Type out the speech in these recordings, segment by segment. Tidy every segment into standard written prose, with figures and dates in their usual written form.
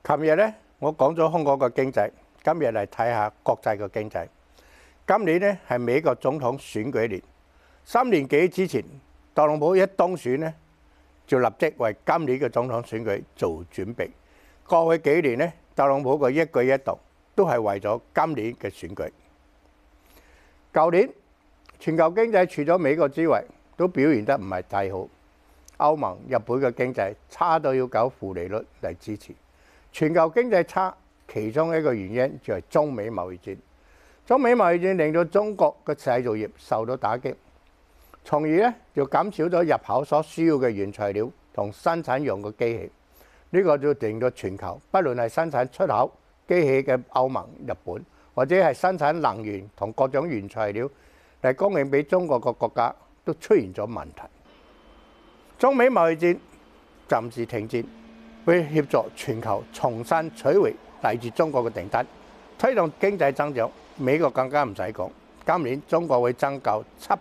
琴日咧，我講咗香港嘅經濟，今日嚟睇下國際嘅經濟。今年咧係美國總統選舉年，3年幾之前，特朗普一當選咧，就立即為今年嘅總統選舉做準備。過去幾年咧，特朗普嘅一舉一動都係為咗今年嘅選舉。舊年全球經濟除咗美國之外，都表現得唔係太好。歐盟、日本嘅經濟差到要搞負利率嚟支持。全球經濟差，其中一個原因就係中美貿易戰。中美貿易戰令到中國嘅製造業受到打擊，從而咧就減少咗入口所需要嘅原材料同生產用嘅機器。呢個就令到全球，不論係生產出口機器嘅歐盟、日本，或者係生產能源同各種原材料嚟供應俾中國嘅國家，都出現咗問題。中美貿易戰暫時停戰，會協助全球重新取回嚟自中國嘅訂單，推動經濟增長。美國更加唔使講，今年中國會增購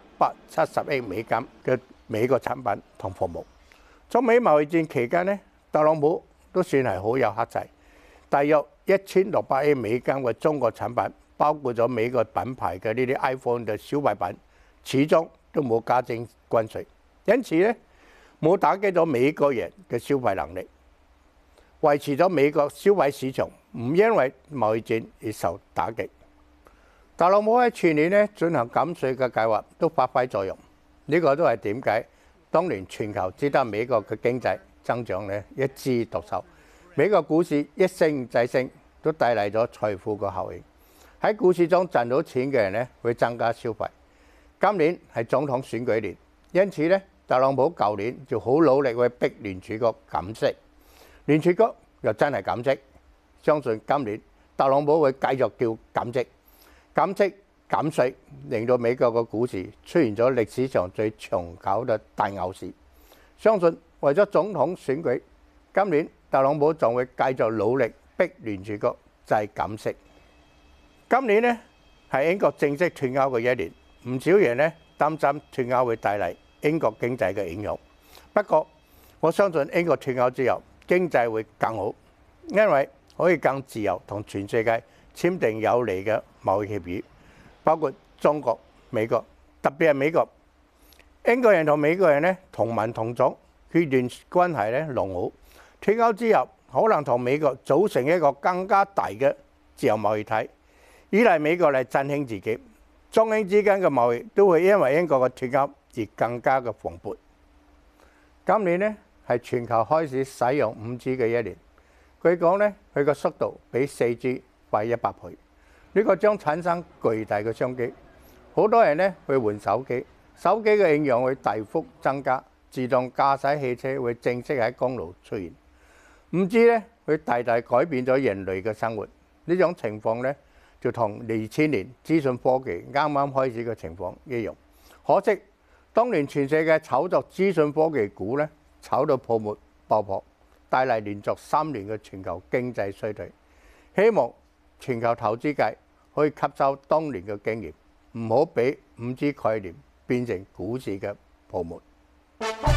770億美金嘅美國產品同服務。中美貿易戰期間咧，特朗普都算係好有克制，大約1600億美金嘅中國產品，包括咗美國品牌嘅呢啲 iPhone 嘅消費品，始終都冇加徵關稅，因此咧冇打擊咗美國人嘅消費能力，維持咗美國消費市場唔因為貿易戰而受打擊。特朗普喺全年咧進行減稅嘅計劃都發揮作用，呢個都係點解當年全球只得美國嘅經濟增長咧一枝獨秀，美國股市一升再升，都帶嚟咗財富嘅效應。喺股市中賺到錢嘅人咧會增加消費。今年係總統選舉年，因此咧特朗普舊年就好努力去逼聯儲局減息，聯儲局又真係減息。相信今年特朗普會繼續叫減息。減息減稅，令到美國嘅股市出現咗歷史上最長久嘅大牛市。相信為咗總統選舉，今年特朗普仲會繼續努力逼聯儲局再減息。今年呢係英國正式脫歐嘅一年，唔少人呢擔心脫歐會帶嚟英國經濟嘅影響。不過我相信英國脫歐之後經濟會更好，因為可以更自由同全世界簽訂有利嘅貿易協議，包括中國、美國，特別係美國。英國人同美國人咧同文同種，血緣關係咧濃好。脫歐之後，可能同美國組成一個更加大嘅自由貿易體，依賴美國嚟振興自己。中英之間嘅貿易都會因為英國嘅脫歐而更加嘅蓬勃。今年咧係全球開始使用5G 嘅一年，據講咧佢個速度比4G快100倍，呢個將產生巨大嘅商機。好多人咧會換手機，手機嘅應用會大幅增加，自動駕駛汽車會正式喺公路出現。5G 咧會大大改變咗人類嘅生活。呢種情況咧就同2000年資訊科技啱啱開始嘅情況一樣。可惜當年全世界炒作資訊科技股咧，炒到泡沫爆破，帶嚟連續3年嘅全球經濟衰退。希望全球投資界可以吸收當年嘅經驗，唔好俾5G概念變成股市嘅泡沫。